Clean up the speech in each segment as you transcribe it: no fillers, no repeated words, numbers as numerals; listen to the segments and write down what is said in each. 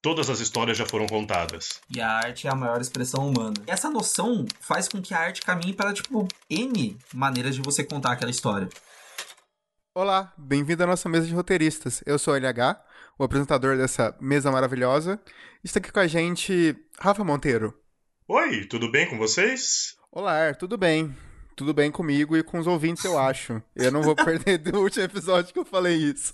todas as histórias já foram contadas. E a arte é a maior expressão humana. E essa noção faz com que a arte caminhe para, N maneiras de você contar aquela história. Olá, bem-vindo à nossa mesa de roteiristas. Eu sou o LH, o apresentador dessa mesa maravilhosa. Está aqui com a gente Rafa Monteiro. Oi, tudo bem com vocês? Olá, tudo bem? Tudo bem comigo e com os ouvintes, eu acho. Eu não vou perder do último episódio que eu falei isso.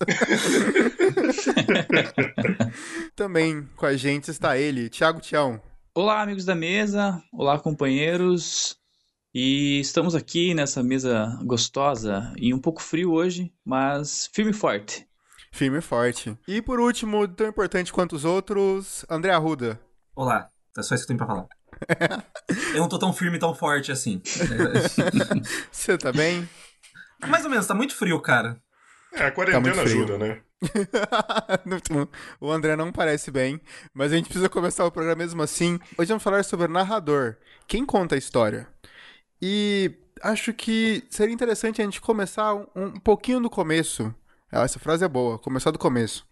Também com a gente está ele, Thiago Tião. Olá, amigos da mesa. Olá, companheiros. E estamos aqui nessa mesa gostosa e um pouco frio hoje, mas firme e forte. Firme e forte. E por último, tão importante quanto os outros, André Arruda. Olá, é só isso que eu tenho pra falar. Eu não tô tão firme e tão forte assim. Você tá bem? Mais ou menos, tá muito frio, cara. A quarentena ajuda, né? O André não parece bem, mas a gente precisa começar o programa mesmo assim. Hoje vamos falar sobre o narrador, quem conta a história. E acho que seria interessante a gente começar um pouquinho do começo. Essa frase é boa, começar do começo.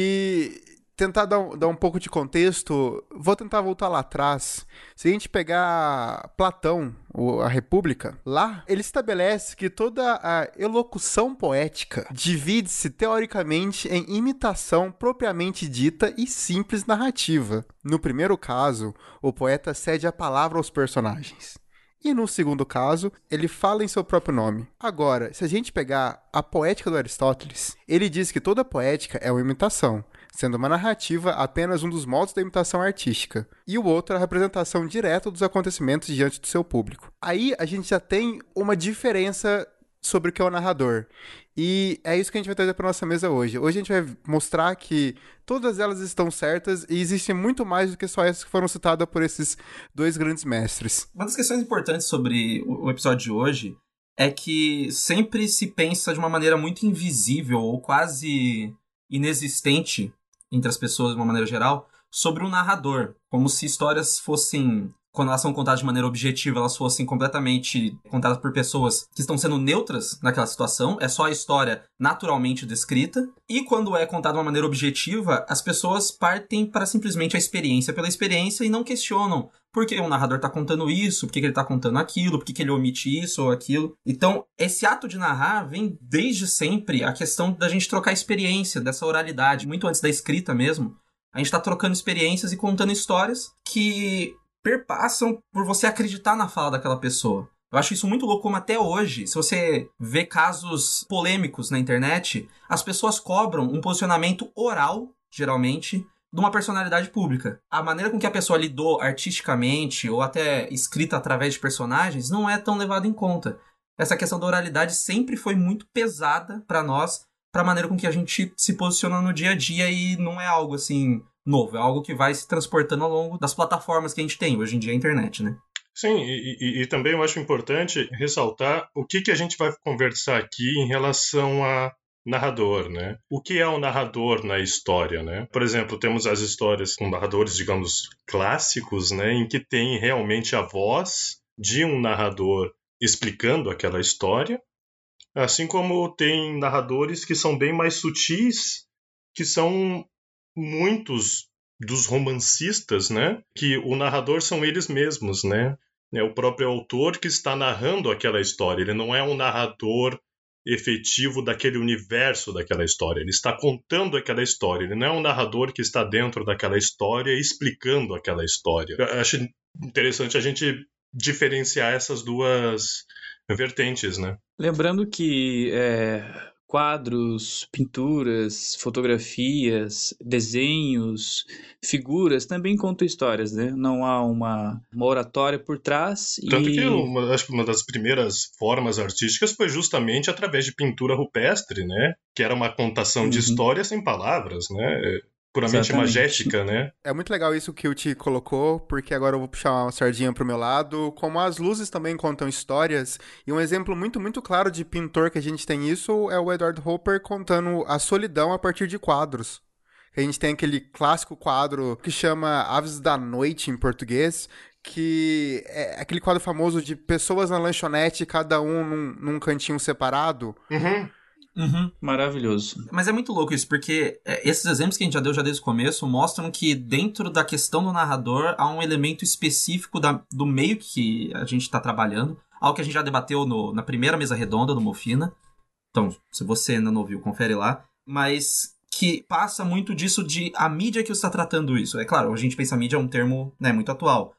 E tentar dar um pouco de contexto. Vou tentar voltar lá atrás. Se a gente pegar Platão, a República, lá ele estabelece que toda a elocução poética divide-se teoricamente em imitação propriamente dita e simples narrativa. No primeiro caso, o poeta cede a palavra aos personagens. E no segundo caso, ele fala em seu próprio nome. Agora, se a gente pegar a poética do Aristóteles, ele diz que toda poética é uma imitação, sendo uma narrativa apenas um dos modos da imitação artística, e o outro é a representação direta dos acontecimentos diante do seu público. Aí a gente já tem uma diferença sobre o que é o narrador. E é isso que a gente vai trazer para nossa mesa hoje. Hoje a gente vai mostrar que todas elas estão certas e existem muito mais do que só essas que foram citadas por esses dois grandes mestres. Uma das questões importantes sobre o episódio de hoje é que sempre se pensa de uma maneira muito invisível ou quase inexistente entre as pessoas de uma maneira geral sobre o narrador, como se histórias fossem, quando elas são contadas de maneira objetiva, elas fossem completamente contadas por pessoas que estão sendo neutras naquela situação, é só a história naturalmente descrita, e quando é contada de uma maneira objetiva, as pessoas partem para simplesmente a experiência pela experiência e não questionam por que o narrador está contando isso, por que ele está contando aquilo, por que ele omite isso ou aquilo. Então, esse ato de narrar vem desde sempre a questão da gente trocar experiência, dessa oralidade, muito antes da escrita mesmo. A gente está trocando experiências e contando histórias que perpassam por você acreditar na fala daquela pessoa. Eu acho isso muito louco, como até hoje, se você vê casos polêmicos na internet, as pessoas cobram um posicionamento oral, geralmente, de uma personalidade pública. A maneira com que a pessoa lidou artisticamente ou até escrita através de personagens não é tão levada em conta. Essa questão da oralidade sempre foi muito pesada para nós, para a maneira com que a gente se posiciona no dia a dia, e não é algo assim novo, é algo que vai se transportando ao longo das plataformas que a gente tem, hoje em dia a internet, né? Sim, e também eu acho importante ressaltar o que a gente vai conversar aqui em relação a narrador, né? O que é o narrador na história, né? Por exemplo, temos as histórias com narradores, digamos, clássicos, né? Em que tem realmente a voz de um narrador explicando aquela história, assim como tem narradores que são bem mais sutis, que são muitos dos romancistas, né? Que o narrador são eles mesmos, né? É o próprio autor que está narrando aquela história. Ele não é um narrador efetivo daquele universo daquela história. Ele está contando aquela história. Ele não é um narrador que está dentro daquela história explicando aquela história. Eu acho interessante a gente diferenciar essas duas vertentes, né? Lembrando que quadros, pinturas, fotografias, desenhos, figuras também contam histórias, né? Não há uma oratória por trás. Tanto que acho que uma das primeiras formas artísticas foi justamente através de pintura rupestre, né? Que era uma contação de história sem palavras, né? Puramente imagética, né? É muito legal isso que o Ti colocou, porque agora eu vou puxar uma sardinha pro meu lado. Como as luzes também contam histórias, e um exemplo muito, muito claro de pintor que a gente tem isso é o Edward Hopper contando a solidão a partir de quadros. A gente tem aquele clássico quadro que chama Aves da Noite, em português, que é aquele quadro famoso de pessoas na lanchonete, cada um num cantinho separado. Uhum. Uhum. Maravilhoso. Mas é muito louco isso, porque esses exemplos que a gente já deu desde o começo mostram que dentro da questão do narrador há um elemento específico do meio que a gente está trabalhando, algo que a gente já debateu na primeira mesa redonda do Mofina. Então, se você ainda não ouviu, confere lá. Mas que passa muito disso de a mídia que está tratando isso. É claro, a gente pensa mídia é um termo, né, muito atual.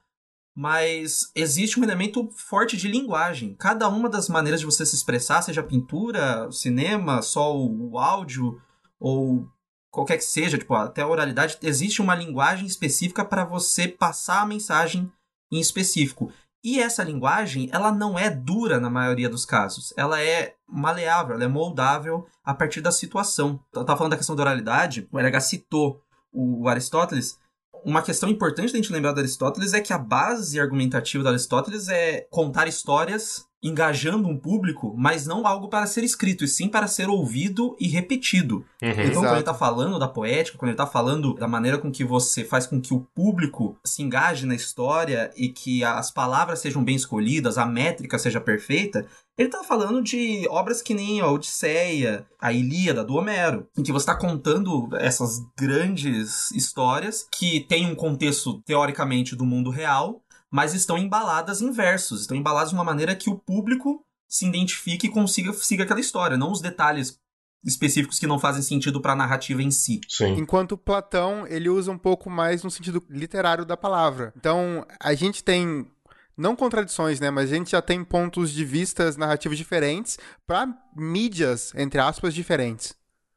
Mas existe um elemento forte de linguagem. Cada uma das maneiras de você se expressar, seja pintura, cinema, só o áudio, ou qualquer que seja, tipo, até a oralidade, existe uma linguagem específica para você passar a mensagem em específico. E essa linguagem, ela não é dura na maioria dos casos. Ela é maleável, ela é moldável a partir da situação. Eu estava falando da questão da oralidade, o LH citou o Aristóteles. Uma questão importante da gente lembrar de Aristóteles é que a base argumentativa de Aristóteles é contar histórias engajando um público, mas não algo para ser escrito, e sim para ser ouvido e repetido. Então, Exato. quando ele está falando da poética, quando ele está falando da maneira com que você faz com que o público se engaje na história e que as palavras sejam bem escolhidas, a métrica seja perfeita, ele tá falando de obras que nem a Odisseia, a Ilíada, do Homero, em que você está contando essas grandes histórias que têm um contexto, teoricamente, do mundo real, mas estão embaladas em versos, estão embaladas de uma maneira que o público se identifique e consiga seguir aquela história, não os detalhes específicos que não fazem sentido para a narrativa em si. Sim. Enquanto Platão, ele usa um pouco mais no sentido literário da palavra. Então, a gente tem, não contradições, né, mas a gente já tem pontos de vistas narrativos diferentes para mídias, entre aspas, diferentes.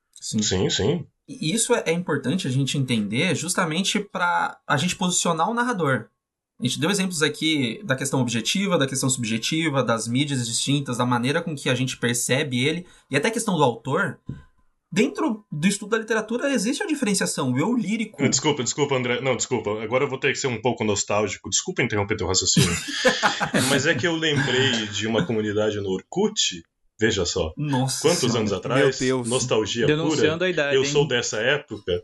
Sim, sim. E isso é importante a gente entender justamente para a gente posicionar o narrador. A gente deu exemplos aqui da questão objetiva, da questão subjetiva, das mídias distintas, da maneira com que a gente percebe ele, e até a questão do autor. Dentro do estudo da literatura existe a diferenciação. O eu lírico... Desculpa, André. Não, desculpa. Agora eu vou ter que ser um pouco nostálgico. Desculpa interromper teu raciocínio. Mas é que eu lembrei de uma comunidade no Orkut. Veja só. Nossa Quantos senhora. anos atrás? Meu Deus. Nostalgia Denunciando pura. a idade, Eu hein? sou dessa época.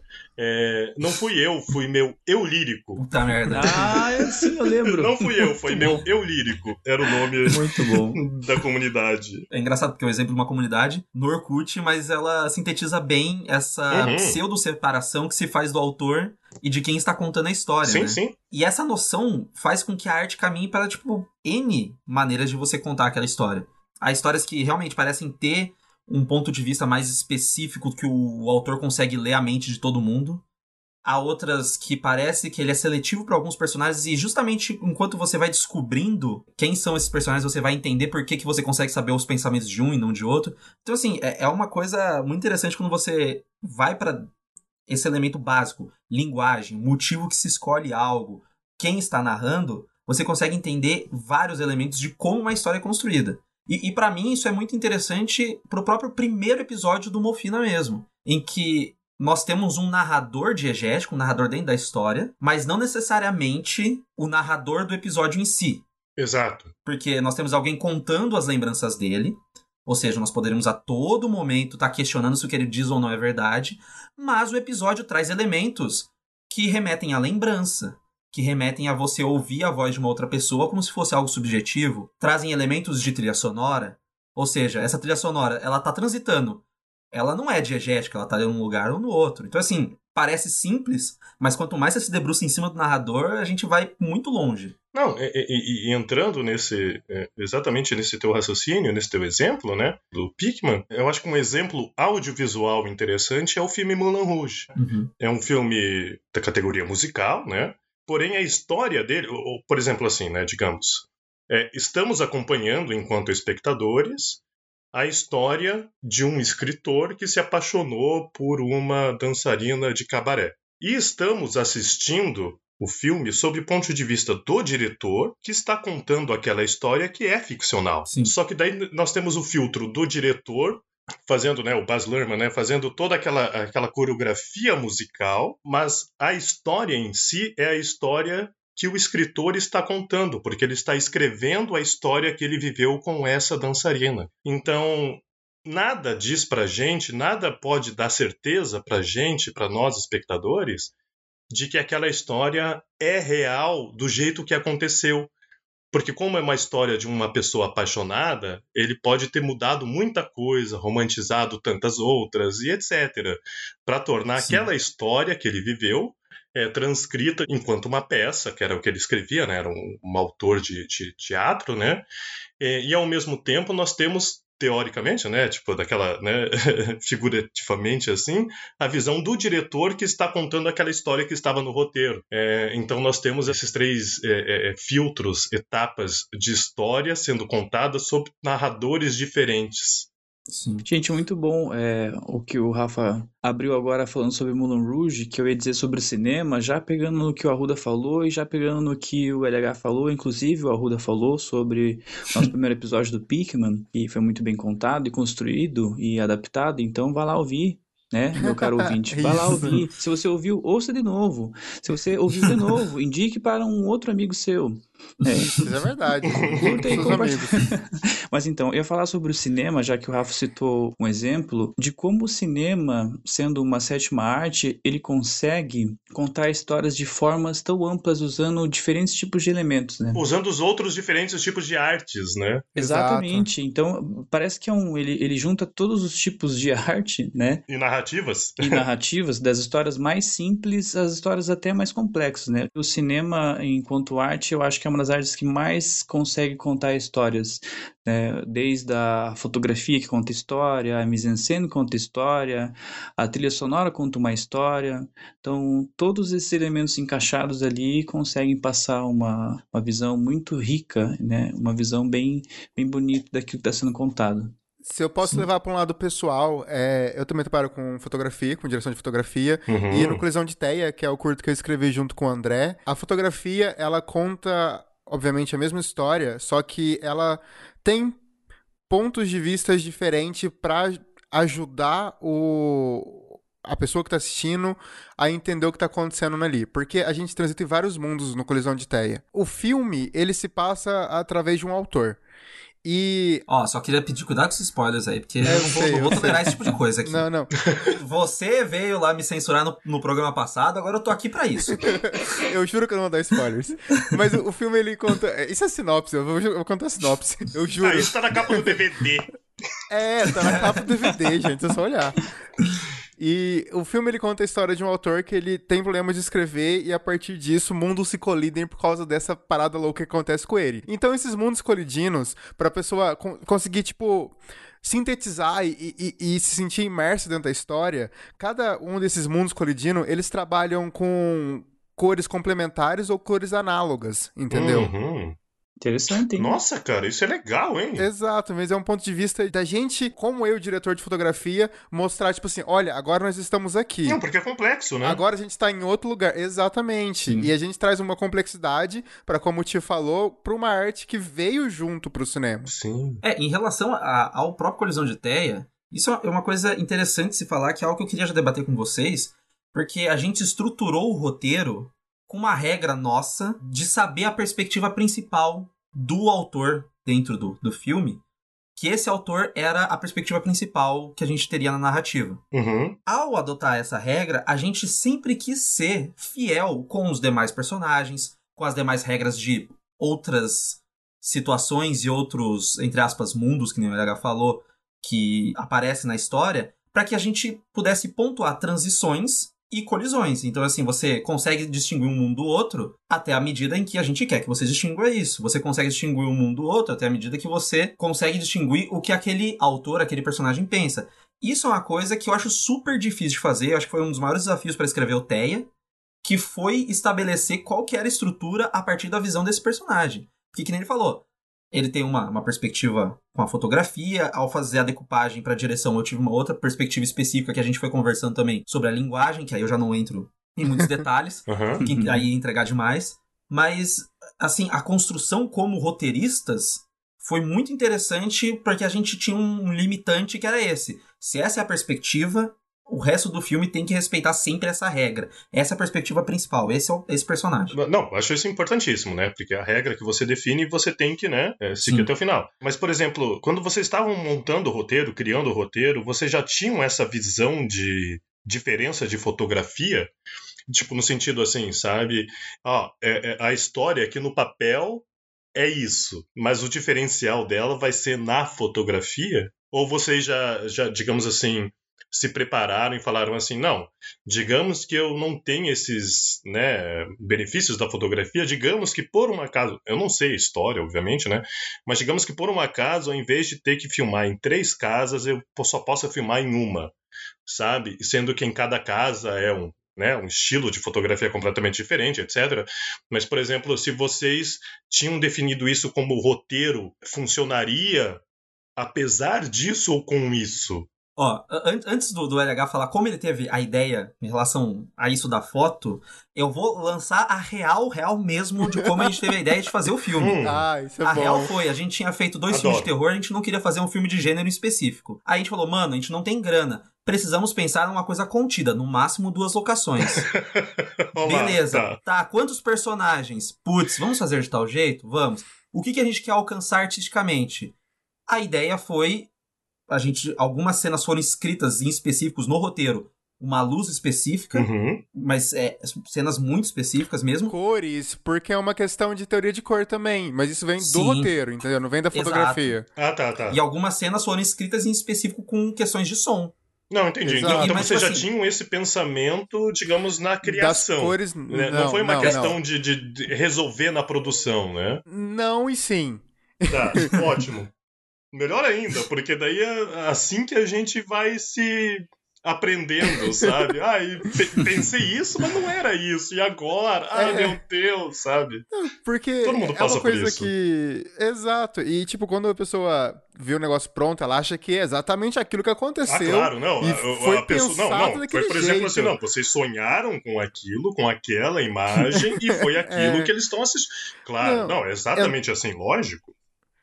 Não fui eu, fui meu eu lírico. Puta merda. Ah, sim, eu lembro. Não fui eu, foi meu eu lírico. Era o nome Muito bom. da comunidade. É engraçado porque é o exemplo de uma comunidade no Orkut, mas ela sintetiza bem essa pseudo-separação que se faz do autor e de quem está contando a história, Sim, né? sim. E essa noção faz com que a arte caminhe para, tipo, N maneiras de você contar aquela história. Há histórias que realmente parecem ter um ponto de vista mais específico que o autor consegue ler a mente de todo mundo. Há outras que parece que ele é seletivo para alguns personagens e justamente enquanto você vai descobrindo quem são esses personagens, você vai entender por que você consegue saber os pensamentos de um e não de outro. Então, assim, é uma coisa muito interessante quando você vai para esse elemento básico, linguagem, motivo que se escolhe algo, quem está narrando, você consegue entender vários elementos de como uma história é construída. E para mim isso é muito interessante pro próprio primeiro episódio do Mofina mesmo, em que nós temos um narrador diegético, um narrador dentro da história, mas não necessariamente o narrador do episódio em si. Exato. Porque nós temos alguém contando as lembranças dele, ou seja, nós poderíamos a todo momento estar questionando se o que ele diz ou não é verdade, mas o episódio traz elementos que remetem à lembrança, que remetem a você ouvir a voz de uma outra pessoa como se fosse algo subjetivo, trazem elementos de trilha sonora, ou seja, essa trilha sonora, ela tá transitando, ela não é diegética, ela tá em um lugar ou no outro. Então, assim, parece simples, mas quanto mais você se debruça em cima do narrador, a gente vai muito longe. Não, e entrando exatamente nesse teu raciocínio, nesse teu exemplo, né, do Pickman, eu acho que um exemplo audiovisual interessante é o filme Moulin Rouge. Uhum. É um filme da categoria musical, né? Porém, a história dele, ou, por exemplo, assim, né, digamos, estamos acompanhando, enquanto espectadores, a história de um escritor que se apaixonou por uma dançarina de cabaré. E estamos assistindo o filme sob o ponto de vista do diretor, que está contando aquela história que é ficcional. Sim. Só que daí nós temos o filtro do diretor, fazendo, né, o Baz Luhrmann, né, fazendo toda aquela coreografia musical, mas a história em si é a história que o escritor está contando, porque ele está escrevendo a história que ele viveu com essa dançarina. Então, nada diz pra gente, nada pode dar certeza pra gente, pra nós espectadores, de que aquela história é real do jeito que aconteceu. Porque como é uma história de uma pessoa apaixonada, ele pode ter mudado muita coisa, romantizado tantas outras e etc. Para tornar Sim. aquela história que ele viveu transcrita enquanto uma peça, que era o que ele escrevia, né? Era um autor de teatro, né? E ao mesmo tempo nós temos, teoricamente, né, tipo daquela, né, figurativamente assim, a visão do diretor que está contando aquela história que estava no roteiro. Então nós temos esses três filtros, etapas de história sendo contadas sob narradores diferentes. Sim. Gente, muito bom o que o Rafa abriu agora falando sobre Moulin Rouge, que eu ia dizer sobre cinema, já pegando no que o Arruda falou e já pegando no que o LH falou, inclusive o Arruda falou sobre o nosso primeiro episódio do Pikmin, que foi muito bem contado e construído e adaptado, então vá lá ouvir. Né, meu caro ouvinte, vá lá Isso. ouvir. Se você ouviu, ouça de novo. Se você ouviu de novo, indique para um outro amigo seu. Isso é verdade. Curta e Seus compartilhe. amigos. Mas então, eu ia falar sobre o cinema, já que o Rafa citou um exemplo, de como o cinema, sendo uma sétima arte, ele consegue contar histórias de formas tão amplas, usando diferentes tipos de elementos, né? Usando os outros diferentes tipos de artes, né? Exatamente. Então, parece que ele junta todos os tipos de arte, né? E narrativas. E narrativas, das histórias mais simples às histórias até mais complexas, né? O cinema, enquanto arte, eu acho que é uma das artes que mais consegue contar histórias, né? Desde a fotografia que conta história, a mise-en-scène conta história, a trilha sonora conta uma história. Então, todos esses elementos encaixados ali conseguem passar uma visão muito rica, né? Uma visão bem, bem bonita daquilo que está sendo contado. Se eu posso levar para um lado pessoal, eu também trabalho com fotografia, com direção de fotografia, Uhum. e no Colisão de Teia, que é o curto que eu escrevi junto com o André, a fotografia, ela conta, obviamente, a mesma história, só que ela tem pontos de vista diferentes para ajudar a pessoa que está assistindo a entender o que está acontecendo ali. Porque a gente transita em vários mundos no Colisão de Teia. O filme, ele se passa através de um autor. E... Só queria pedir cuidado com esses spoilers aí, porque eu não vou tolerar esse tipo de coisa aqui. Não. Você veio lá me censurar no programa passado, agora eu tô aqui pra isso. Eu juro que eu não vou dar spoilers. Mas o filme, ele conta... Isso é sinopse, eu vou contar a sinopse. Eu juro. Isso tá na capa do DVD. Tá na capa do DVD, gente, é só olhar. E o filme, ele conta a história de um autor que ele tem problemas de escrever e a partir disso mundos se colidem por causa dessa parada louca que acontece com ele. Então esses mundos colidindo, pra pessoa conseguir, tipo, sintetizar e se sentir imerso dentro da história, cada um desses mundos colidindo, eles trabalham com cores complementares ou cores análogas, entendeu? Uhum. Interessante, hein? Nossa, cara, isso é legal, hein? Exato, mas é um ponto de vista da gente, como eu, diretor de fotografia, mostrar, tipo assim, olha, agora nós estamos aqui. Não, porque é complexo, né? Agora a gente tá em outro lugar. Exatamente. Sim. E a gente traz uma complexidade, para como o Tio falou, pra uma arte que veio junto pro cinema. Sim. Em relação ao próprio Colisão de Teia, isso é uma coisa interessante de se falar, que é algo que eu queria já debater com vocês, porque a gente estruturou o roteiro com uma regra nossa de saber a perspectiva principal do autor dentro do filme, que esse autor era a perspectiva principal que a gente teria na narrativa. Uhum. Ao adotar essa regra, a gente sempre quis ser fiel com os demais personagens, com as demais regras de outras situações e outros, entre aspas, mundos, que nem o LH falou, que aparecem na história, para que a gente pudesse pontuar transições e colisões. Então, assim, você consegue distinguir um mundo do outro até a medida em que a gente quer que você distingua isso. Você consegue distinguir um mundo do outro até a medida que você consegue distinguir o que aquele autor, aquele personagem pensa. Isso é uma coisa que eu acho super difícil de fazer. Eu acho que foi um dos maiores desafios para escrever o Teia, que foi estabelecer qual que era a estrutura a partir da visão desse personagem. Porque, que nem ele falou, ele tem uma perspectiva com a fotografia. Ao fazer a decupagem para a direção, eu tive uma outra perspectiva específica que a gente foi conversando também sobre a linguagem, que aí eu já não entro em muitos detalhes, que aí ia entregar demais. Mas, assim, a construção como roteiristas foi muito interessante porque a gente tinha um limitante que era esse. Se essa é a perspectiva, o resto do filme tem que respeitar sempre essa regra. Essa é a perspectiva principal, esse personagem. Não, acho isso importantíssimo, né? Porque a regra que você define, você tem que, né, seguir até o final. Mas, por exemplo, quando vocês estavam montando o roteiro, criando o roteiro, vocês já tinham essa visão de diferença de fotografia? Tipo, no sentido assim, sabe? A história aqui no papel é isso, mas o diferencial dela vai ser na fotografia? Ou vocês já digamos assim, se prepararam e falaram assim, não, digamos que eu não tenho esses, né, benefícios da fotografia, digamos que por um acaso, eu não sei a história, obviamente, né, mas digamos que por um acaso, ao invés de ter que filmar em 3 casas, eu só possa filmar em uma, sabe? Sendo que em cada casa é um estilo de fotografia completamente diferente, etc. Mas, por exemplo, se vocês tinham definido isso como roteiro, funcionaria apesar disso ou com isso? Ó, antes do LH falar como ele teve a ideia em relação a isso da foto, eu vou lançar a real mesmo de como a gente teve a ideia de fazer o filme. Isso é A bom. real foi, a gente tinha feito 2 filmes de terror, a gente não queria fazer um filme de gênero específico. Aí a gente falou, mano, a gente não tem grana, precisamos pensar numa coisa contida, no máximo 2 locações. Beleza, tá, quantos personagens? Putz, vamos fazer de tal jeito? Vamos. O que a gente quer alcançar artisticamente? A ideia foi, algumas cenas foram escritas em específicos no roteiro, uma luz específica, mas cenas muito específicas mesmo. Cores, porque é uma questão de teoria de cor também, mas isso vem do roteiro, entendeu? Não vem da fotografia. Tá. E algumas cenas foram escritas em específico com questões de som. Não, entendi. Então vocês já tinham esse pensamento, digamos, na criação. Das cores, né? Não foi uma questão de resolver na produção, né? Não e sim. Tá, ótimo. Melhor ainda, porque daí é assim que a gente vai se aprendendo, sabe? Pensei isso, mas não era isso. E agora? Meu Deus, sabe? Porque todo mundo passa uma coisa por isso. que... Exato. E, tipo, quando a pessoa vê o negócio pronto, ela acha que é exatamente aquilo que aconteceu. Claro, não. E foi a pessoa... pensado Não. Foi, por exemplo, assim, não. Vocês sonharam com aquilo, com aquela imagem, e foi aquilo que eles estão assistindo. Claro, não, é exatamente assim, lógico.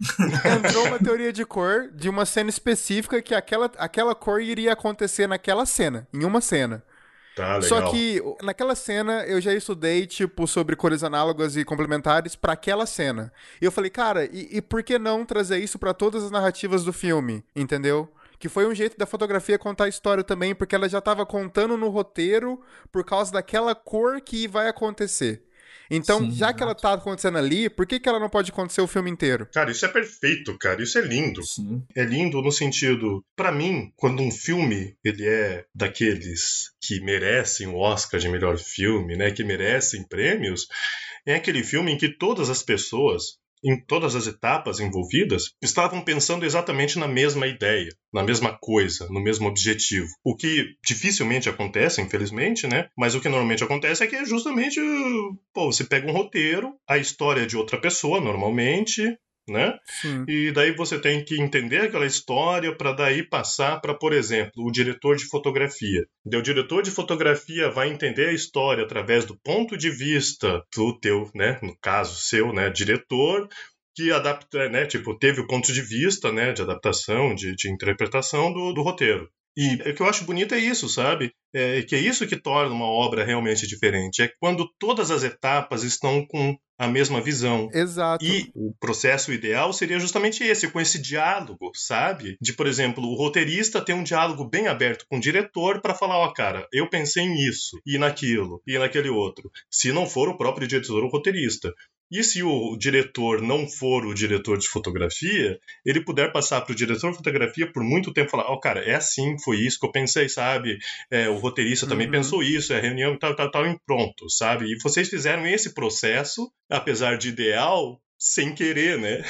Entrou uma teoria de cor de uma cena específica que aquela cor iria acontecer naquela cena, em uma cena. Tá, legal. Só que naquela cena eu já estudei, tipo, sobre cores análogas e complementares pra aquela cena. E eu falei, cara, e por que não trazer isso pra todas as narrativas do filme, entendeu? Que foi um jeito da fotografia contar a história também, porque ela já tava contando no roteiro por causa daquela cor que vai acontecer. Então, Sim, já que ela tá acontecendo ali, por que ela não pode acontecer o filme inteiro? Cara, isso é perfeito, cara. Isso é lindo. Sim. É lindo no sentido... Pra mim, quando um filme, ele é daqueles que merecem o Oscar de melhor filme, né? Que merecem prêmios, é aquele filme em que todas as pessoas, em todas as etapas envolvidas, estavam pensando exatamente na mesma ideia, na mesma coisa, no mesmo objetivo. O que dificilmente acontece, infelizmente, né? Mas o que normalmente acontece é que justamente, você pega um roteiro, a história de outra pessoa, normalmente, né? Sim. E daí você tem que entender aquela história para daí passar para, por exemplo, o diretor de fotografia. O diretor de fotografia vai entender a história através do ponto de vista do teu, né, no caso seu, né, diretor, que adapta, né, tipo, teve o ponto de vista, né, de adaptação, de interpretação do roteiro. E o que eu acho bonito é isso, sabe? Que é isso que torna uma obra realmente diferente. É quando todas as etapas estão com a mesma visão. Exato. E o processo ideal seria justamente esse, com esse diálogo, sabe? De, por exemplo, o roteirista ter um diálogo bem aberto com o diretor para falar, cara, eu pensei nisso, e naquilo, e naquele outro. Se não for o próprio diretor ou roteirista. E se o diretor não for o diretor de fotografia, ele puder passar para o diretor de fotografia por muito tempo e falar, cara, é assim, foi isso que eu pensei, sabe? O roteirista também pensou isso, reunião e tal, e pronto, sabe? E vocês fizeram esse processo, apesar de ideal, sem querer, né?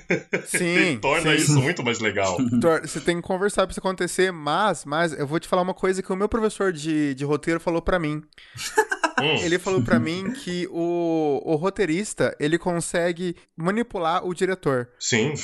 Sim. Torna isso muito mais legal. Você tem que conversar pra isso acontecer, mas eu vou te falar uma coisa que o meu professor de roteiro falou pra mim. Ele falou pra mim que o roteirista, ele consegue manipular o diretor. Sim.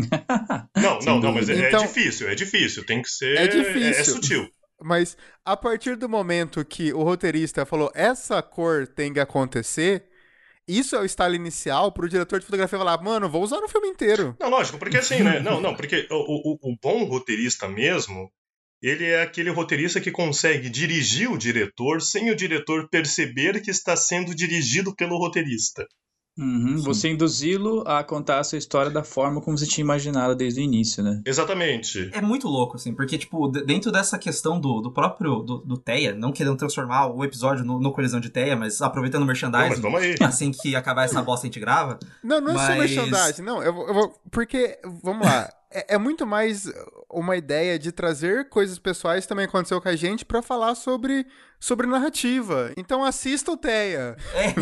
Não, mas então, é difícil. Tem que ser... É difícil. É sutil. Mas a partir do momento que o roteirista falou, essa cor tem que acontecer... Isso é o estalo inicial pro diretor de fotografia falar, mano, vou usar no filme inteiro. Não, lógico, porque assim, né? Não, porque o bom roteirista mesmo, ele é aquele roteirista que consegue dirigir o diretor sem o diretor perceber que está sendo dirigido pelo roteirista. Você induzi-lo a contar a sua história da forma como você tinha imaginado desde o início, né? Exatamente. É muito louco, assim, porque, tipo, dentro dessa questão do próprio do Teia, não querendo transformar o episódio no Colisão de Teia, mas aproveitando o merchandising, Não, mas vamos aí. assim que acabar essa bosta a gente grava. Não é só merchandising, não. Eu vou. Porque, vamos lá. É muito mais uma ideia de trazer coisas pessoais que também aconteceu com a gente pra falar sobre narrativa. Então assista o Teia.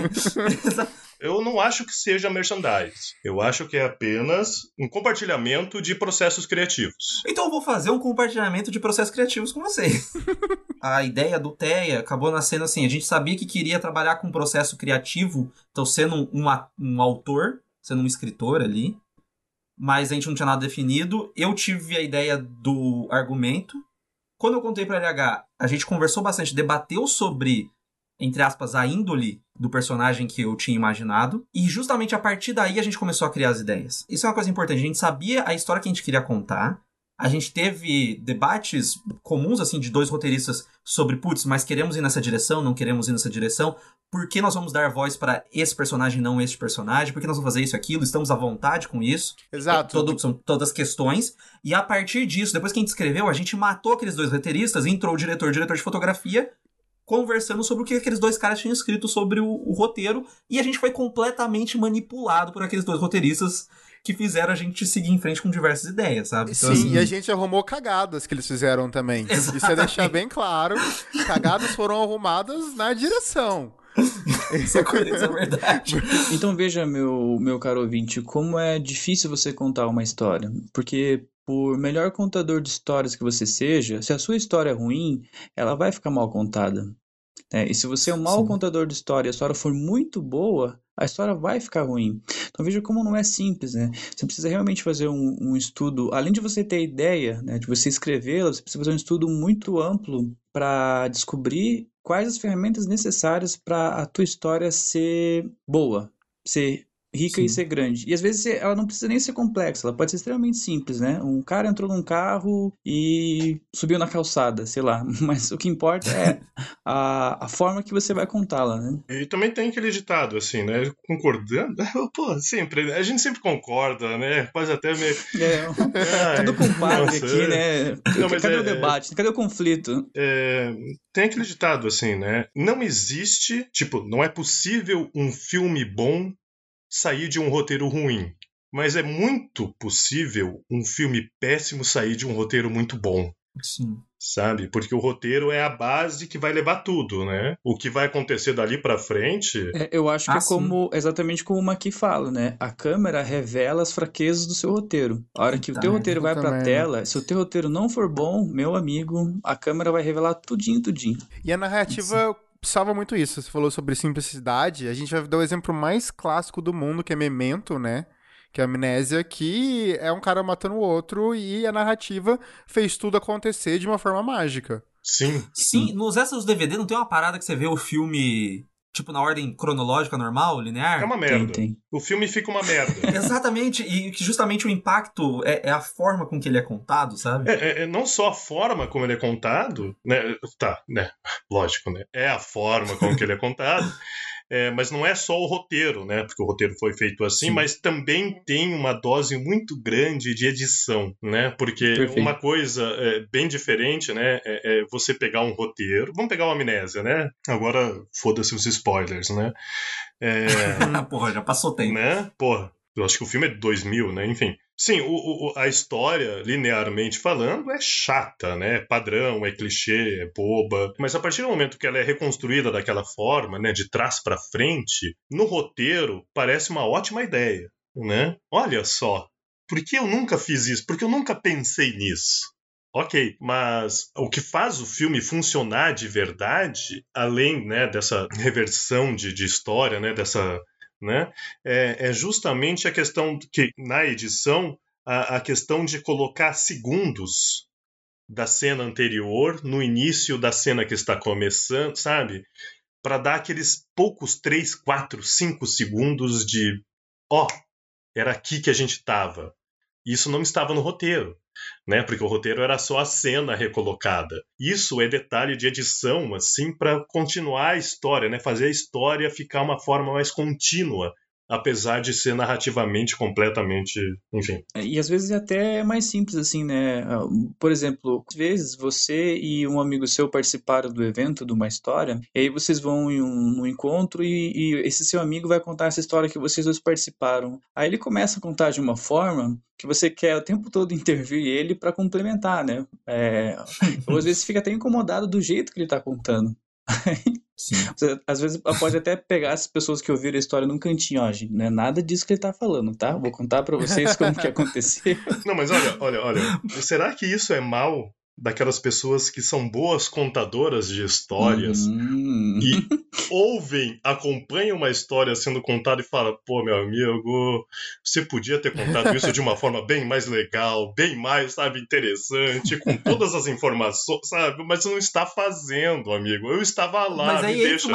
Eu não acho que seja merchandise. Eu acho que é apenas um compartilhamento de processos criativos. Então eu vou fazer um compartilhamento de processos criativos com vocês. A ideia do Teia acabou nascendo assim, a gente sabia que queria trabalhar com um processo criativo, então sendo um autor, sendo um escritor ali, mas a gente não tinha nada definido. Eu tive a ideia do argumento. Quando eu contei para LH, a gente conversou bastante, debateu sobre, entre aspas, a índole do personagem que eu tinha imaginado. E justamente a partir daí a gente começou a criar as ideias. Isso é uma coisa importante. A gente sabia a história que a gente queria contar. A gente teve debates comuns, assim, de dois roteiristas sobre, putz, mas queremos ir nessa direção, não queremos ir nessa direção. Por que nós vamos dar voz para esse personagem e não este personagem? Por que nós vamos fazer isso e aquilo? Estamos à vontade com isso? Exato. São todas questões. E a partir disso, depois que a gente escreveu, a gente matou aqueles dois roteiristas, entrou o diretor de fotografia, conversando sobre o que aqueles dois caras tinham escrito sobre o roteiro, e a gente foi completamente manipulado por aqueles dois roteiristas que fizeram a gente seguir em frente com diversas ideias, sabe? Então, sim, assim, e a gente arrumou cagadas que eles fizeram também. Exatamente. Isso é deixar bem claro. Cagadas foram arrumadas na direção. Isso é verdade. Então veja, meu caro ouvinte, como é difícil você contar uma história. Porque por melhor contador de histórias que você seja, se a sua história é ruim, ela vai ficar mal contada. E se você é um mau contador de história e a história for muito boa, a história vai ficar ruim. Então veja como não é simples, né? Você precisa realmente fazer um estudo, além de você ter a ideia, né, de você escrevê-la, você precisa fazer um estudo muito amplo para descobrir quais as ferramentas necessárias para a tua história ser boa, ser rica. Sim. E ser grande. E às vezes ela não precisa nem ser complexa, ela pode ser extremamente simples, né? Um cara entrou num carro e subiu na calçada, sei lá. Mas o que importa é a forma que você vai contá-la, né? E também tem aquele ditado, assim, né? Concordando. Pô, sempre. A gente sempre concorda, né? Quase até meio. Tudo com padre aqui, né? Não, cadê o debate? Cadê o conflito? Tem aquele ditado, assim, né? Não existe, tipo, não é possível um filme bom sair de um roteiro ruim. Mas é muito possível um filme péssimo sair de um roteiro muito bom. Sim. Sabe? Porque o roteiro é a base que vai levar tudo, né? O que vai acontecer dali pra frente... eu acho que é exatamente como o Maqui fala, né? A câmera revela as fraquezas do seu roteiro. A hora que o teu roteiro vai pra tela, se o teu roteiro não for bom, meu amigo, a câmera vai revelar tudinho. E a narrativa... salva muito isso. Você falou sobre simplicidade. A gente vai dar o exemplo mais clássico do mundo, que é Memento, né? Que é a Amnésia, que é um cara matando o outro e a narrativa fez tudo acontecer de uma forma mágica. Sim. Sim, nos extras do DVD não tem uma parada que você vê o filme... tipo, na ordem cronológica normal, linear? É uma merda. Tem. O filme fica uma merda. Exatamente, e que justamente o impacto é a forma com que ele é contado, sabe? Não só a forma como ele é contado, né? Tá, né? Lógico, né? É a forma com que ele é contado. Mas não é só o roteiro, né? Porque o roteiro foi feito assim, sim, mas também tem uma dose muito grande de edição, né? Porque perfeito, uma coisa bem diferente, né? É você pegar um roteiro. Vamos pegar o Amnésia, né? Agora, foda-se os spoilers, né? Porra, já passou tempo. Né? Porra, eu acho que o filme é de 2000, né? Enfim. Sim, a história, linearmente falando, é chata, né? É padrão, é clichê, é boba. Mas a partir do momento que ela é reconstruída daquela forma, né? De trás pra frente, no roteiro, parece uma ótima ideia, né? Olha só, por que eu nunca fiz isso? Porque eu nunca pensei nisso. Ok, mas o que faz o filme funcionar de verdade, além, né, dessa reversão de história, né? Dessa... né? É justamente a questão que, na edição, a questão de colocar segundos da cena anterior no início da cena que está começando, sabe? Para dar aqueles poucos 3, 4, 5 segundos de era aqui que a gente estava. Isso não estava no roteiro, né? Porque o roteiro era só a cena recolocada. Isso é detalhe de edição, assim, para continuar a história, né? Fazer a história ficar uma forma mais contínua apesar de ser narrativamente completamente, enfim. E às vezes até é mais simples assim, né? Por exemplo, às vezes você e um amigo seu participaram do evento, de uma história, e aí vocês vão em um encontro e esse seu amigo vai contar essa história que vocês dois participaram. Aí ele começa a contar de uma forma que você quer o tempo todo intervir ele para complementar, né? Ou às vezes fica até incomodado do jeito que ele tá contando. Sim. Você, às vezes pode até pegar as pessoas que ouviram a história num cantinho, ó, gente, não é nada disso que ele tá falando, tá? Vou contar pra vocês como que aconteceu. Não, mas olha, será que isso é mal daquelas pessoas que são boas contadoras de histórias e ouvem, acompanham uma história sendo contada e falam, pô, meu amigo, você podia ter contado isso de uma forma bem mais legal, bem mais, sabe, interessante, com todas as informações, sabe? Mas você não está fazendo, amigo. Eu estava lá, Mas aí me entra deixa. uma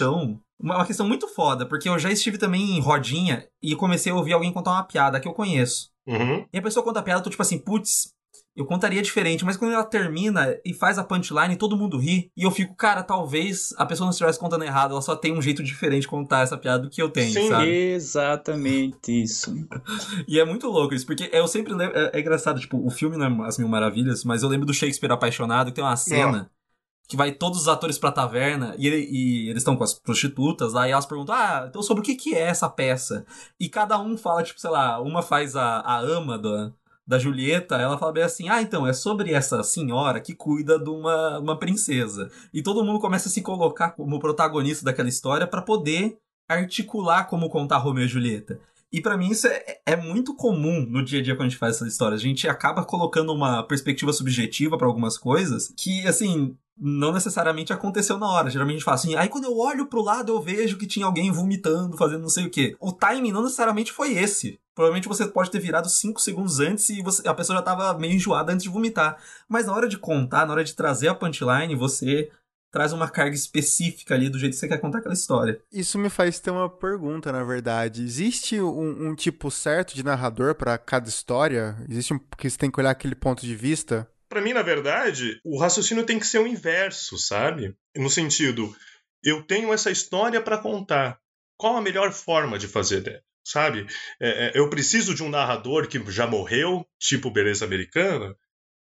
questão muito foda, porque eu já estive também em rodinha e comecei a ouvir alguém contar uma piada que eu conheço. Uhum. E a pessoa conta a piada, eu tô tipo assim, putz, eu contaria diferente, mas quando ela termina e faz a punchline, todo mundo ri, e eu fico, cara, talvez a pessoa não estivesse contando errado, ela só tem um jeito diferente de contar essa piada do que eu tenho, Sim. sabe? Exatamente isso. E é muito louco isso, porque eu sempre lembro, é engraçado, tipo, o filme não é As Mil Maravilhas, mas eu lembro do Shakespeare Apaixonado, que tem uma cena que vai todos os atores pra taverna e eles estão com as prostitutas lá e elas perguntam, então sobre o que é essa peça? E cada um fala, tipo, sei lá, uma faz a ama da Julieta, ela fala bem assim, então, é sobre essa senhora que cuida de uma princesa. E todo mundo começa a se colocar como protagonista daquela história pra poder articular como contar Romeu e Julieta. E pra mim isso é muito comum no dia a dia quando a gente faz essas histórias. A gente acaba colocando uma perspectiva subjetiva pra algumas coisas que, assim, não necessariamente aconteceu na hora. Geralmente a gente fala assim, aí quando eu olho pro lado eu vejo que tinha alguém vomitando, fazendo não sei o quê. O timing não necessariamente foi esse. Provavelmente você pode ter virado 5 segundos antes e a pessoa já tava meio enjoada antes de vomitar. Mas na hora de contar, na hora de trazer a punchline, você traz uma carga específica ali do jeito que você quer contar aquela história. Isso me faz ter uma pergunta, na verdade. Existe um tipo certo de narrador para cada história? Existe porque você tem que olhar aquele ponto de vista? Pra mim, na verdade, o raciocínio tem que ser o inverso, sabe? No sentido, eu tenho essa história pra contar. Qual a melhor forma de fazer dela? Sabe? Eu preciso de um narrador que já morreu, tipo Beleza Americana?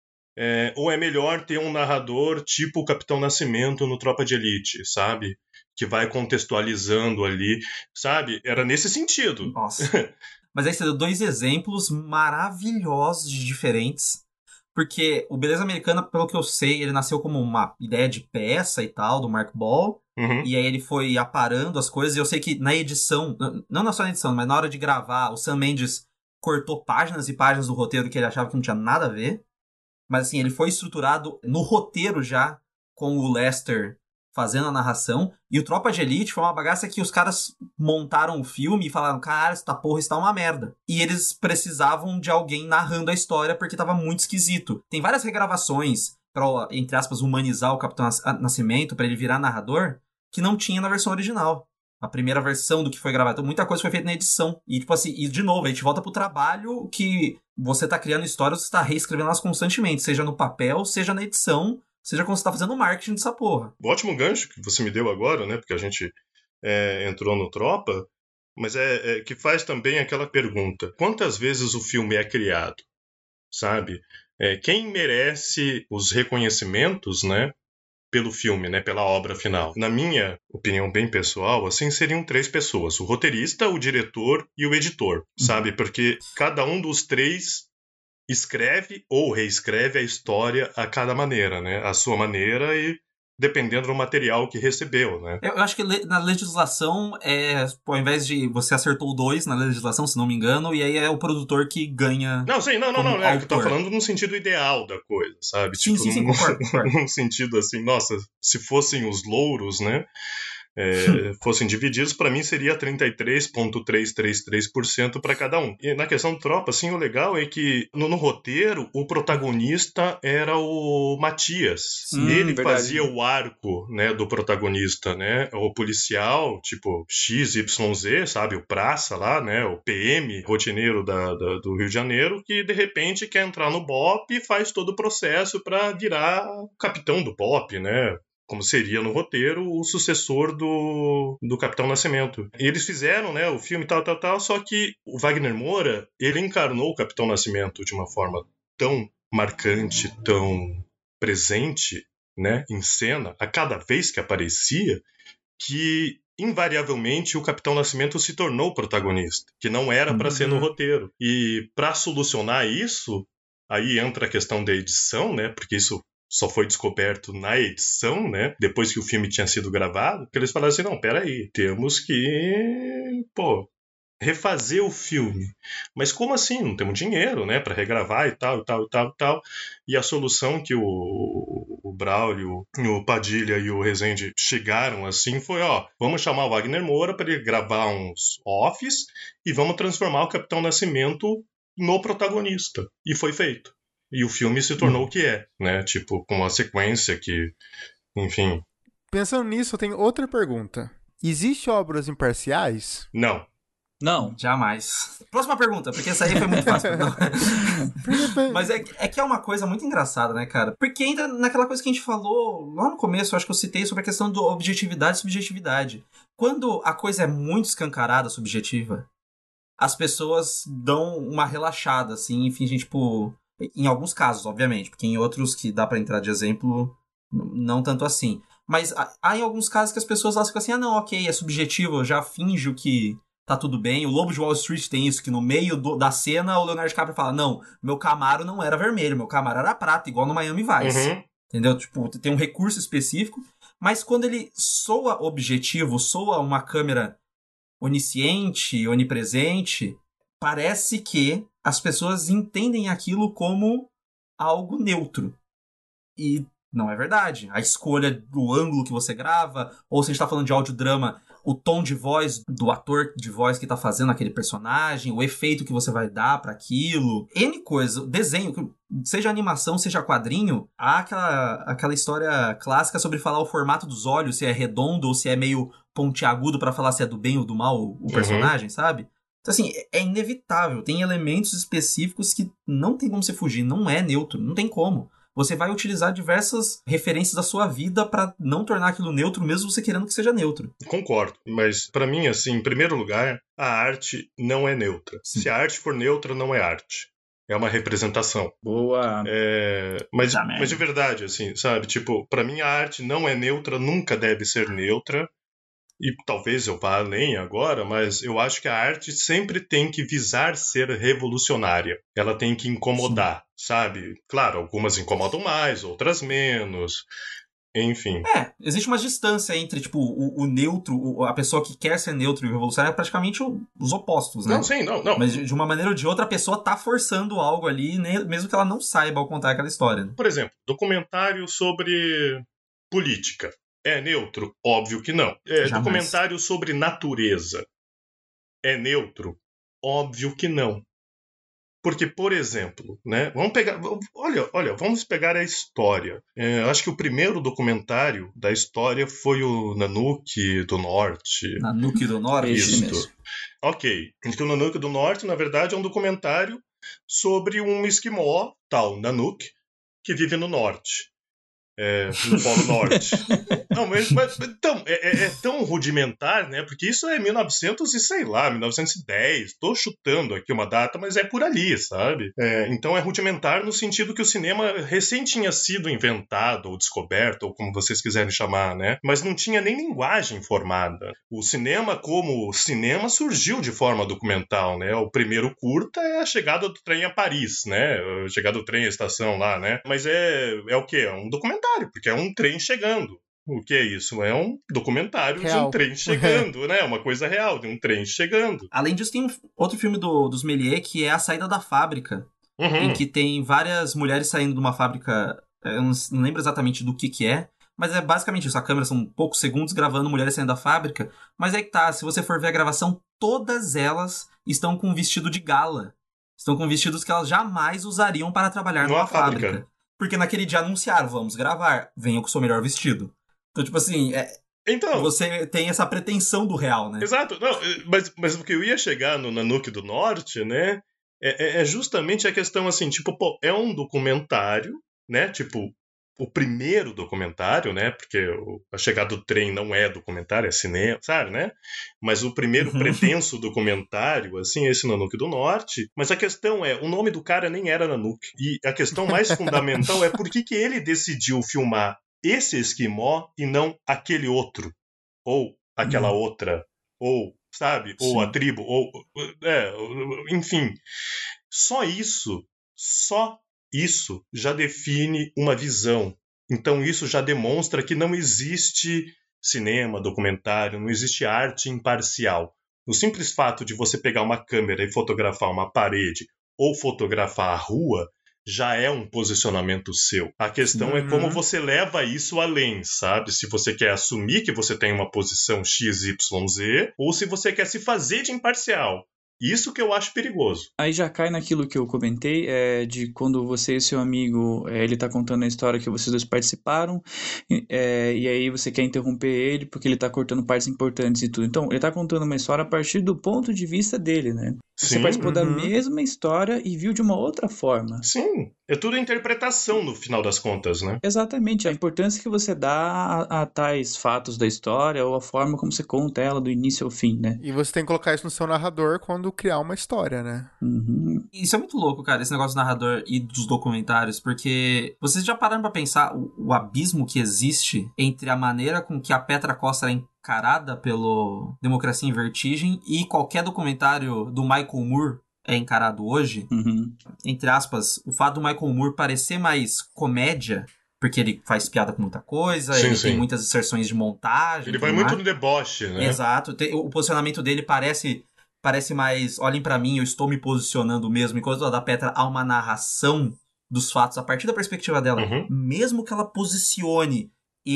Ou é melhor ter um narrador tipo o Capitão Nascimento no Tropa de Elite, sabe? Que vai contextualizando ali, sabe? Era nesse sentido. Nossa. Mas aí você deu 2 exemplos maravilhosos de diferentes. Porque o Beleza Americana, pelo que eu sei, ele nasceu como uma ideia de peça e tal, do Mark Ball. Uhum. E aí ele foi aparando as coisas. E eu sei que na edição, não só na edição, mas na hora de gravar, o Sam Mendes cortou páginas e páginas do roteiro que ele achava que não tinha nada a ver. Mas assim, ele foi estruturado no roteiro já, com o Lester fazendo a narração. E o Tropa de Elite foi uma bagaça que os caras montaram o filme e falaram, cara, essa porra está uma merda. E eles precisavam de alguém narrando a história porque tava muito esquisito. Tem várias regravações pra, entre aspas, humanizar o Capitão Nascimento, pra ele virar narrador, que não tinha na versão original. A primeira versão do que foi gravado. Então, muita coisa foi feita na edição. E, tipo assim, e de novo, a gente volta pro trabalho que você tá criando histórias, você tá reescrevendo elas constantemente, seja no papel, seja na edição, seja quando você tá fazendo marketing dessa porra. Ótimo gancho que você me deu agora, né? Porque a gente entrou no Tropa, mas que faz também aquela pergunta. Quantas vezes o filme é criado, sabe? Quem merece os reconhecimentos, né? Pelo filme, né, pela obra final. Na minha opinião bem pessoal, assim, seriam 3 pessoas. O roteirista, o diretor e o editor, sabe? Porque cada um dos 3 escreve ou reescreve a história a cada maneira, né? A sua maneira e dependendo do material que recebeu, né? Eu acho que na legislação, ao invés de você acertou 2 na legislação, se não me engano, e aí é o produtor que ganha. Não, sim, não, é que eu tô falando no sentido ideal da coisa, sabe? Sim, tipo, sim, concordo. Num sentido assim, nossa, se fossem os louros, né? Fossem divididos, para mim seria 33,333% para cada um. E na questão do Tropa, assim, o legal é que no roteiro o protagonista era o Matias. Ele verdade. fazia o arco, né, do protagonista, né? O policial, tipo XYZ, sabe? O praça lá, né? O PM, rotineiro do Rio de Janeiro, que de repente quer entrar no BOP e faz todo o processo para virar capitão do BOP, né? como seria no roteiro, o sucessor do Capitão Nascimento. E eles fizeram, né, o filme tal, só que o Wagner Moura, ele encarnou o Capitão Nascimento de uma forma tão marcante, tão presente, né, em cena, a cada vez que aparecia, que invariavelmente o Capitão Nascimento se tornou o protagonista, que não era para ser no roteiro. E para solucionar isso, aí entra a questão da edição, né, porque isso só foi descoberto na edição, né, depois que o filme tinha sido gravado, que eles falaram assim, não, peraí, temos que, refazer o filme. Mas como assim? Não temos dinheiro, né, para regravar e tal. E a solução que o Braulio, o Padilha e o Rezende chegaram assim foi, vamos chamar o Wagner Moura para ele gravar uns offs e vamos transformar o Capitão Nascimento no protagonista. E foi feito. E o filme se tornou o que é, né? Tipo, com uma sequência que, enfim... Pensando nisso, eu tenho outra pergunta. Existem obras imparciais? Não. Não. Jamais. Próxima pergunta, porque essa aí foi muito fácil. Mas é que é uma coisa muito engraçada, né, cara? Porque entra naquela coisa que a gente falou lá no começo, eu acho que eu citei sobre a questão da objetividade e subjetividade. Quando a coisa é muito escancarada, subjetiva, as pessoas dão uma relaxada, assim, e fingem, tipo... Em alguns casos, obviamente, porque em outros que dá pra entrar de exemplo, não tanto assim. Mas há em alguns casos que as pessoas acham assim, não, ok, é subjetivo, eu já finjo que tá tudo bem. O Lobo de Wall Street tem isso, que no meio da cena o Leonardo DiCaprio fala, não, meu Camaro não era vermelho, meu Camaro era prata, igual no Miami Vice. Entendeu? Tipo, tem um recurso específico, mas quando ele soa objetivo, soa uma câmera onisciente, onipresente, parece que as pessoas entendem aquilo como algo neutro. E não é verdade. A escolha do ângulo que você grava, ou se a gente tá falando de audiodrama, o tom de voz do ator de voz que tá fazendo aquele personagem, o efeito que você vai dar para aquilo, N coisa, desenho, seja animação, seja quadrinho, há aquela história clássica sobre falar o formato dos olhos, se é redondo ou se é meio pontiagudo para falar se é do bem ou do mal o personagem, sabe? Então, assim, é inevitável. Tem elementos específicos que não tem como você fugir. Não é neutro. Não tem como. Você vai utilizar diversas referências da sua vida para não tornar aquilo neutro, mesmo você querendo que seja neutro. Concordo. Mas, para mim, assim, em primeiro lugar, a arte não é neutra. Sim. Se a arte for neutra, não é arte. É uma representação. Boa. Mas de verdade, assim, sabe? Tipo, para mim a arte não é neutra, nunca deve ser neutra. E talvez eu vá além agora, mas eu acho que a arte sempre tem que visar ser revolucionária. Ela tem que incomodar, sabe? Claro, algumas incomodam mais, outras menos. Enfim. Existe uma distância entre, tipo, o neutro, a pessoa que quer ser neutro e revolucionário é praticamente os opostos, né? Não, sim, não. Mas de uma maneira ou de outra, a pessoa tá forçando algo ali, né? Mesmo que ela não saiba ao contar aquela história. Né? Por exemplo, documentário sobre política. É neutro? Óbvio que não. Documentário sobre natureza. É neutro? Óbvio que não. Porque, por exemplo, né? Vamos pegar. Olha, vamos pegar a história. Acho que o primeiro documentário da história foi o Nanuque do Norte. Nanuque do Norte? Isso. Ok. Então, o Nanuque do Norte, na verdade, é um documentário sobre um esquimó, tal, Nanuque, que vive no norte. No Polo Norte. Não, mas então, é tão rudimentar, né? Porque isso é 1910. Tô chutando aqui uma data, mas é por ali, sabe? Então é rudimentar no sentido que o cinema recém tinha sido inventado ou descoberto, ou como vocês quiserem chamar, né? Mas não tinha nem linguagem formada. O cinema como cinema surgiu de forma documental, né? O primeiro curta é a chegada do trem a Paris, né? A chegada do trem à estação lá, né? Mas é o quê? É um documentário, porque é um trem chegando. O que é isso? É um documentário real. De um trem chegando, né? Uma coisa real, de um trem chegando. Além disso, tem outro filme dos Méliès, que é A Saída da Fábrica, em que tem várias mulheres saindo de uma fábrica, eu não lembro exatamente do que é, mas é basicamente isso. A câmera são poucos segundos gravando mulheres saindo da fábrica, mas é que tá, se você for ver a gravação, todas elas estão com vestido de gala. Estão com vestidos que elas jamais usariam para trabalhar numa fábrica. Porque naquele dia anunciaram, vamos gravar, venham com o seu melhor vestido. Então, tipo assim, então, você tem essa pretensão do real, né? Exato. Não, mas o que eu ia chegar no Nanuque do Norte, né, é justamente a questão assim, tipo, é um documentário, né, tipo, o primeiro documentário, né? Porque a chegada do trem não é documentário, é cinema, sabe, né? Mas o primeiro pretenso documentário, assim, esse Nanook do Norte. Mas a questão é, o nome do cara nem era Nanook. E a questão mais fundamental é por que ele decidiu filmar esse esquimó e não aquele outro, ou aquela outra, ou, sabe, ou a tribo, ou, enfim. Só isso já define uma visão. Então isso já demonstra que não existe cinema, documentário, não existe arte imparcial. O simples fato de você pegar uma câmera e fotografar uma parede ou fotografar a rua já é um posicionamento seu. A questão é como você leva isso além, sabe? Se você quer assumir que você tem uma posição XYZ ou se você quer se fazer de imparcial. Isso que eu acho perigoso. Aí já cai naquilo que eu comentei, de quando você e seu amigo, ele tá contando a história que vocês dois participaram, e aí você quer interromper ele porque ele tá cortando partes importantes e tudo. Então, ele tá contando uma história a partir do ponto de vista dele, né? Você participou da mesma história e viu de uma outra forma. Sim, é tudo interpretação no final das contas, né? Exatamente, a importância que você dá a tais fatos da história ou a forma como você conta ela do início ao fim, né? E você tem que colocar isso no seu narrador quando criar uma história, né? Isso é muito louco, cara, esse negócio do narrador e dos documentários, porque vocês já pararam pra pensar o abismo que existe entre a maneira com que a Petra Costa é encarada pelo Democracia em Vertigem e qualquer documentário do Michael Moore é encarado hoje? Entre aspas, o fato do Michael Moore parecer mais comédia, porque ele faz piada com muita coisa, ele tem muitas inserções de montagem. Ele vai muito no deboche, né? Exato, o posicionamento dele parece mais, olhem pra mim, eu estou me posicionando mesmo, enquanto a da Petra há uma narração dos fatos a partir da perspectiva dela, mesmo que ela posicione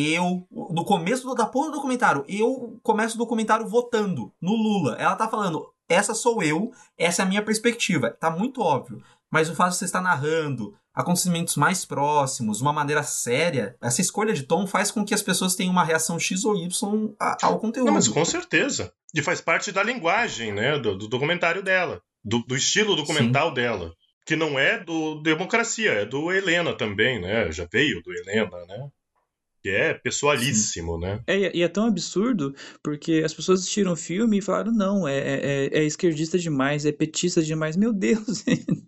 no começo da porra do documentário, eu começo o documentário votando no Lula. Ela tá falando, essa sou eu, essa é a minha perspectiva. Tá muito óbvio. Mas o fato de você estar narrando acontecimentos mais próximos, de uma maneira séria, essa escolha de tom faz com que as pessoas tenham uma reação X ou Y ao conteúdo. Não, mas com certeza. E faz parte da linguagem, né, do documentário dela, do estilo documental dela. Que não é do Democracia, é do Helena também, né? Já veio do Helena, né? Que é pessoalíssimo, né? E é tão absurdo, porque as pessoas assistiram o filme e falaram, não, é esquerdista demais, é petista demais. Meu Deus,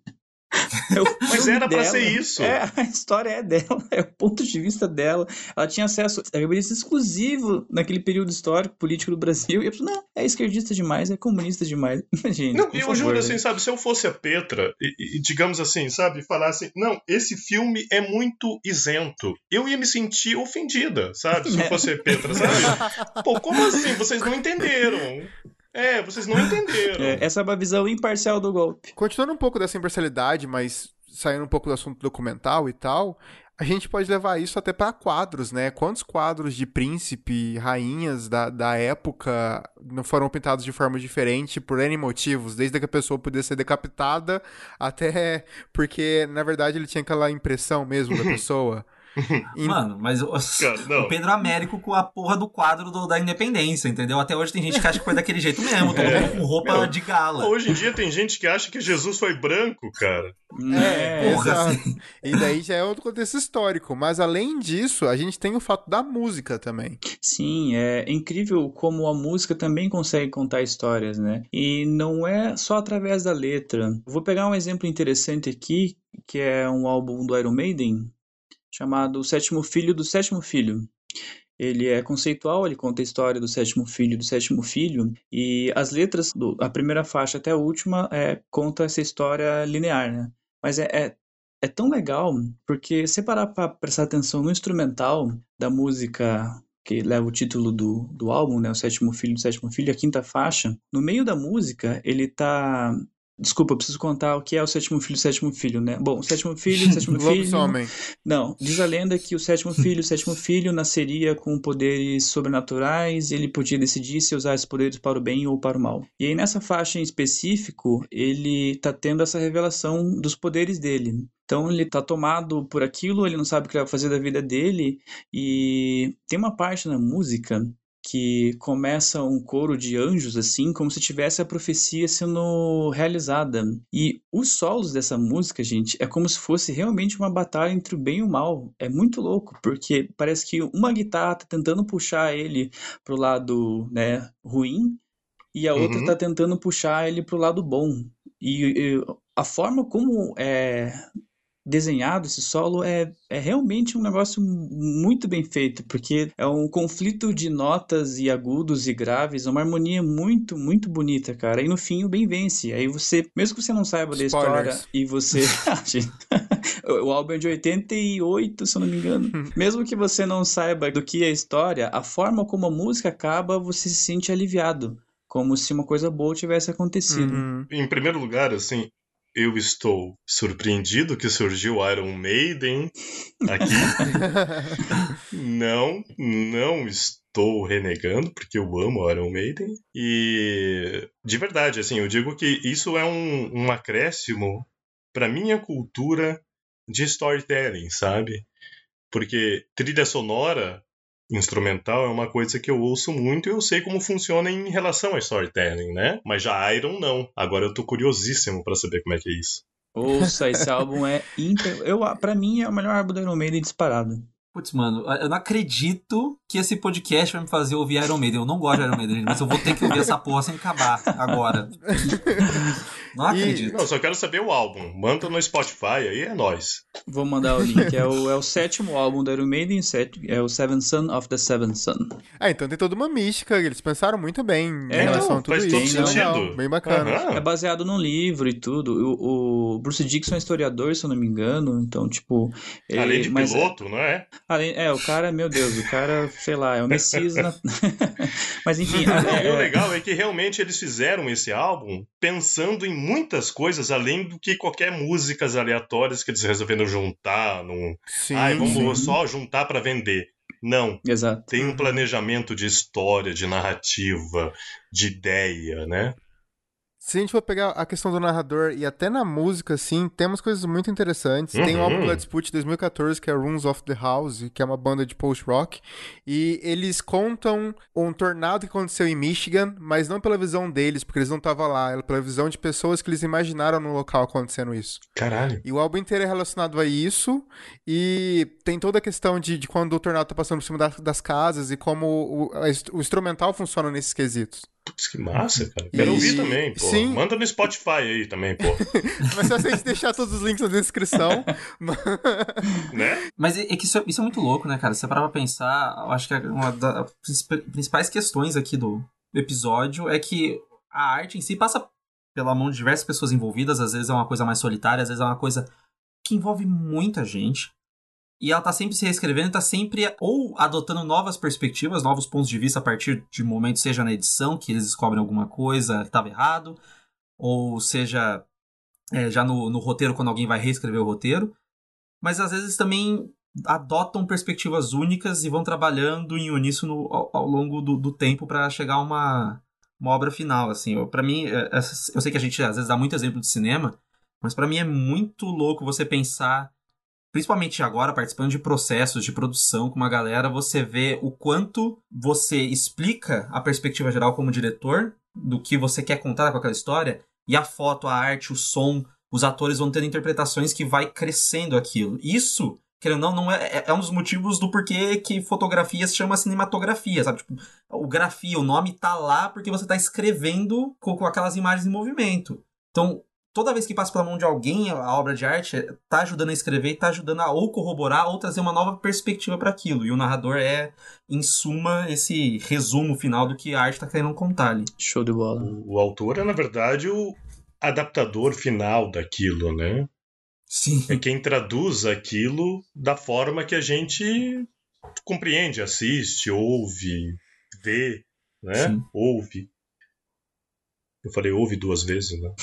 mas era pra ser isso. A história é dela, é o ponto de vista dela. Ela tinha acesso a revista exclusivo naquele período histórico, político do Brasil, e a pessoa, não, é esquerdista demais, é comunista demais. Gente, não, eu juro assim, sabe, se eu fosse a Petra, e digamos assim, sabe, falasse, não, esse filme é muito isento, eu ia me sentir ofendida, sabe, se eu fosse a Petra, sabe? Pô, como assim? Vocês não entenderam. Vocês não entenderam. Essa é uma visão imparcial do golpe. Continuando um pouco dessa imparcialidade, mas saindo um pouco do assunto documental e tal, a gente pode levar isso até para quadros, né? Quantos quadros de príncipe, rainhas da época não foram pintados de forma diferente por N motivos, desde que a pessoa podia ser decapitada até porque, na verdade, ele tinha aquela impressão mesmo da pessoa. Mano, mas o Pedro Américo com a porra do quadro da Independência, entendeu? Até hoje tem gente que acha que foi daquele jeito mesmo, todo mundo com roupa de gala. Hoje em dia tem gente que acha que Jesus foi branco, cara. Exato. E daí já é outro contexto histórico. Mas além disso, a gente tem o fato da música também. Sim, é incrível como a música também consegue contar histórias, né? E não é só através da letra. Vou pegar um exemplo interessante aqui, que é um álbum do Iron Maiden, chamado O Sétimo Filho do Sétimo Filho. Ele é conceitual, ele conta a história do sétimo filho, e as letras, a primeira faixa até a última, conta essa história linear, né? Mas é tão legal, porque se parar para prestar atenção no instrumental da música que leva o título do álbum, né? O sétimo filho do sétimo filho, a quinta faixa, no meio da música, ele tá... Desculpa, eu preciso contar o que é o sétimo filho, né? Bom, o sétimo filho... Lobisomem. Não, diz a lenda que o sétimo filho nasceria com poderes sobrenaturais, ele podia decidir se usar esses poderes para o bem ou para o mal. E aí nessa faixa em específico, ele tá tendo essa revelação dos poderes dele. Então ele tá tomado por aquilo, ele não sabe o que vai fazer da vida dele, e tem uma parte na música que começa um coro de anjos, assim, como se tivesse a profecia sendo realizada. E os solos dessa música, gente, é como se fosse realmente uma batalha entre o bem e o mal. É muito louco, porque parece que uma guitarra tá tentando puxar ele pro lado, né, ruim, e a outra tá tentando puxar ele pro lado bom. E a forma como é desenhado esse solo é realmente um negócio muito bem feito, porque é um conflito de notas e agudos e graves, uma harmonia muito, muito bonita, cara. E no fim o bem vence. Aí você, mesmo que você não saiba da história e você... O álbum é de 88, se eu não me engano. Mesmo que você não saiba do que é a história, a forma como a música acaba, você se sente aliviado. Como se uma coisa boa tivesse acontecido. Em primeiro lugar, assim, eu estou surpreendido que surgiu Iron Maiden aqui. Não estou renegando, porque eu amo Iron Maiden. E, de verdade, assim, eu digo que isso é um acréscimo para minha cultura de storytelling, sabe? Porque trilha sonora instrumental é uma coisa que eu ouço muito e eu sei como funciona em relação a storytelling, né? Mas já Iron não. Agora eu tô curiosíssimo pra saber como é que é isso. Ouça, esse álbum é pra mim é o melhor álbum do Iron Maiden disparado. Putz, mano, eu não acredito que esse podcast vai me fazer ouvir Iron Maiden. Eu não gosto de Iron Maiden, mas eu vou ter que ouvir essa porra sem acabar agora. Não acredito. Não, só quero saber o álbum. Manda no Spotify, aí é nóis. Vou mandar o link. É o sétimo álbum do Iron Maiden, é o Seventh Son of the Seventh Son. Então tem toda uma mística, eles pensaram muito bem em relação a tudo faz isso. Todo sentido. Legal, bem bacana. É baseado num livro e tudo. O Bruce Dickinson é historiador, se eu não me engano, então, tipo... Além de piloto, não é? O cara, meu Deus, o cara, sei lá, é o Messias Mas enfim... E o legal é que realmente eles fizeram esse álbum pensando em muitas coisas, além do que qualquer músicas aleatórias que eles resolveram juntar num... vamos só juntar pra vender. Não. Exato. Tem um planejamento de história, de narrativa, de ideia, né? Se a gente for pegar a questão do narrador e até na música, assim, temos coisas muito interessantes. Tem o álbum do Led Zeppelin de 2014, que é Rooms of the House, que é uma banda de post-rock. E eles contam um tornado que aconteceu em Michigan, mas não pela visão deles, porque eles não estavam lá. É pela visão de pessoas que eles imaginaram no local acontecendo isso. Caralho. E o álbum inteiro é relacionado a isso. E tem toda a questão de quando o tornado tá passando por cima das casas e como o instrumental funciona nesses quesitos. Putz, que massa, cara. Quero ouvir também, pô. Sim. Manda no Spotify aí também, pô. Mas só se a gente deixar todos os links na descrição. Né? Mas é que isso é muito louco, né, cara? Se você parar pra pensar, eu acho que uma das principais questões aqui do episódio é que a arte em si passa pela mão de diversas pessoas envolvidas. Às vezes é uma coisa mais solitária, às vezes é uma coisa que envolve muita gente. E ela tá sempre se reescrevendo, tá sempre ou adotando novas perspectivas, novos pontos de vista a partir de momentos, seja na edição, que eles descobrem alguma coisa que estava errado, ou seja, já no roteiro, quando alguém vai reescrever o roteiro. Mas às vezes também adotam perspectivas únicas e vão trabalhando em uníssono ao longo do tempo para chegar a uma obra final. Assim, para mim, eu sei que a gente às vezes dá muito exemplo de cinema, mas para mim é muito louco você pensar, principalmente agora, participando de processos de produção com uma galera, você vê o quanto você explica a perspectiva geral como diretor do que você quer contar com aquela história, e a foto, a arte, o som, os atores vão tendo interpretações que vai crescendo aquilo. Isso, querendo ou não, é um dos motivos do porquê que fotografia se chama cinematografia, sabe? Tipo, o nome tá lá porque você tá escrevendo com aquelas imagens em movimento. Então, toda vez que passa pela mão de alguém, a obra de arte tá ajudando a escrever e tá ajudando a ou corroborar ou trazer uma nova perspectiva para aquilo. E o narrador é, em suma, esse resumo final do que a arte tá querendo contar ali. Show de bola. O autor é, na verdade, o adaptador final daquilo, né? Sim. É quem traduz aquilo da forma que a gente compreende, assiste, ouve, vê, né? Sim. Ouve. Eu falei ouve 2 vezes, né?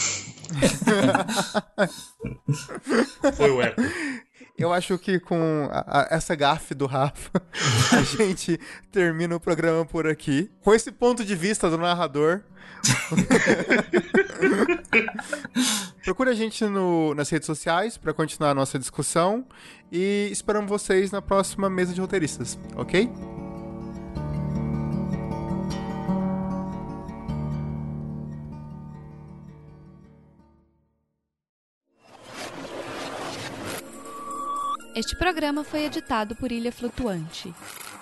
Foi o eco. Eu acho que com essa gafe do Rafa, a gente termina o programa por aqui. Com esse ponto de vista do narrador. Procure a gente nas redes sociais para continuar a nossa discussão. E esperamos vocês na próxima mesa de roteiristas, ok? Este programa foi editado por Ilha Flutuante.